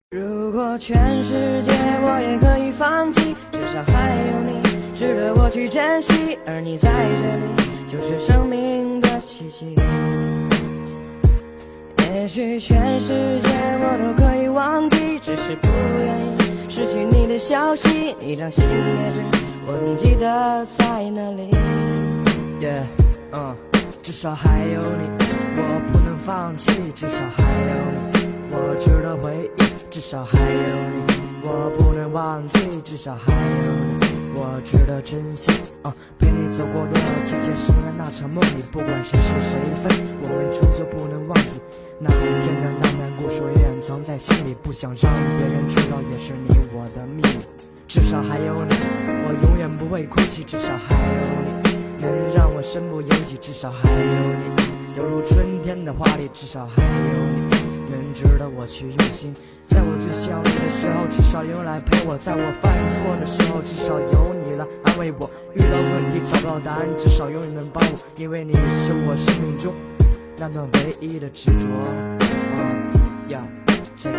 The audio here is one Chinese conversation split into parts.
如果全世界我也可以放弃，至少还有你值得我去珍惜，而你在这里就是生命的奇迹。也许全世界我都可以忘记，只是不愿意失去你的消息，你让心也知我总记得在哪里。 Yeah， 至少还有你，我不能放弃，至少还有你，我值得回忆，至少还有你，我不能忘记，至少还有你，我值得珍惜。陪你走过的季节，生在那场梦里，不管谁是谁非，我们终究不能忘记那一天的那段故事，远藏在心里，不想让别人知道，也是你我的秘密。至少还有你，我永远不会哭泣，至少还有你，能让我身不由己，至少还有你，犹如春天的花里，至少还有你，能值得我去用心。在我最需要你的时候，至少有人来陪我，在我犯错的时候，至少有你来安慰我，遇到问题找不到答案，至少有人能帮我，因为你是我生命中那段唯一的执着。这个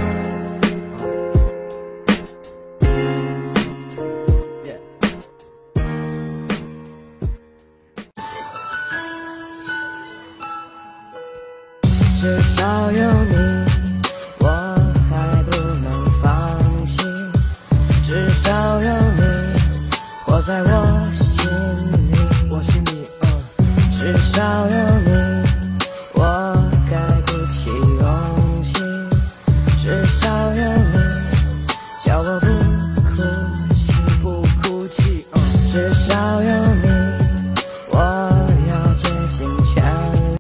至少有你，我还不能放弃，至少有你活在我心里， 我是你， 至少有